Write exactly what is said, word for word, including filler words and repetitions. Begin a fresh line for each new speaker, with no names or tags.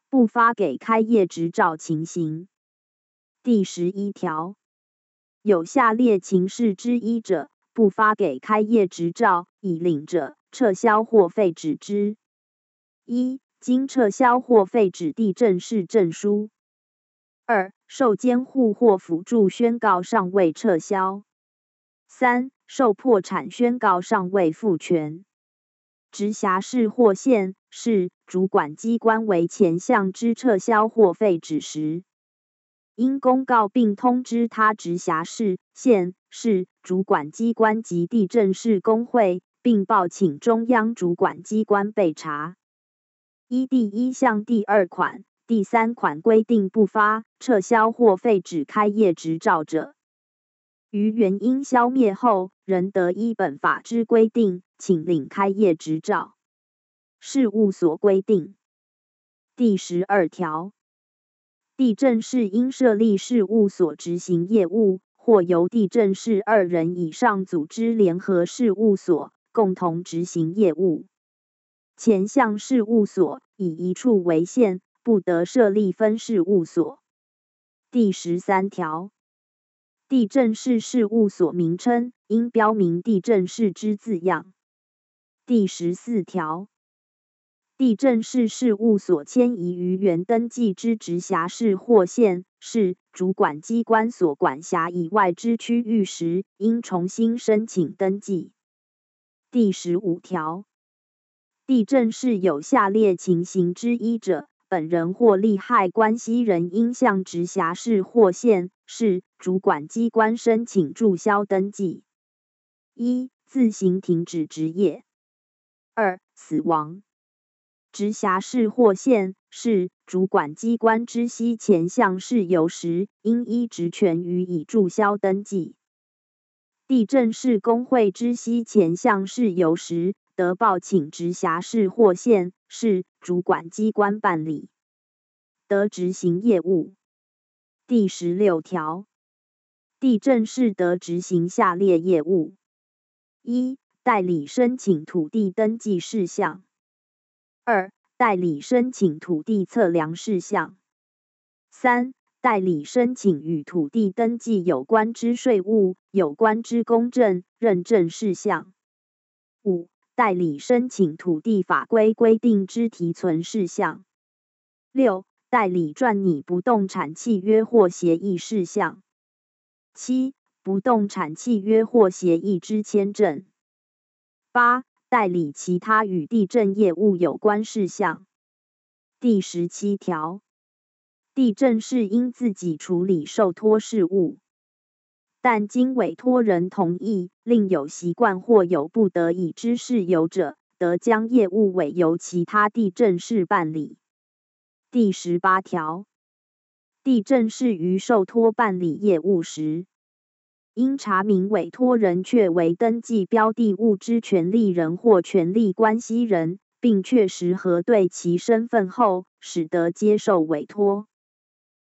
不发给开业执照情形。第十一条，有下列情事之一者，不发给开业执照，已领者，撤销或废止之。一、经撤销或废止地政士证书。二、受监护或辅助宣告尚未撤销。三、受破产宣告尚未复权。直辖市或县市主管机关为前项之撤销或废止时，应公告并通知他直辖市、县市主管机关及地政士公会，并报请中央主管机关备查。依第一项第二款、第三款规定不发、撤销或废止开业执照者，于原因消灭后，仍得依本法之规定，请领开业执照。事务所规定。第十二条，地政士应设立事务所执行业务，或由地政士二人以上组织联合事务所，共同执行业务。前项事务所以一处为限，不得设立分事务所。第十三条，地政士事务所名称应标明地政士之字样。第十四条，地政士事务所迁移于原登记之直辖市或县市主管机关所管辖以外之区域时，应重新申请登记。第十五条，地政士有下列情形之一者，本人或利害关系人应向直辖市或县市主管机关申请注销登记。一、自行停止职业。二、死亡。直辖市或县市主管机关知悉前项事由时，应依职权予以注销登记。地政士公会知悉前项事由时，得报请直辖市或县市主管机关办理，得执行业务。第十六条，地政士得执行下列业务：一、代理申请土地登记事项；二、代理申请土地测量事项；三、代理申请与土地登记有关之税务、有关之公证、认证事项；五、代理申请土地法规规定之提存事项；六、代理撰拟不动产契约或协议事项；七、不动产契约或协议之签证；八、代理其他与地政业务有关事项。第十七条，地政士应自己处理受托事务，但经委托人同意，另有习惯或有不得已之事由者，得将业务委由其他地政士办理。第十八条，地政士于受托办理业务时，应查明委托人确为登记标的物之权利人或权利关系人，并确实核对其身份后，始得接受委托。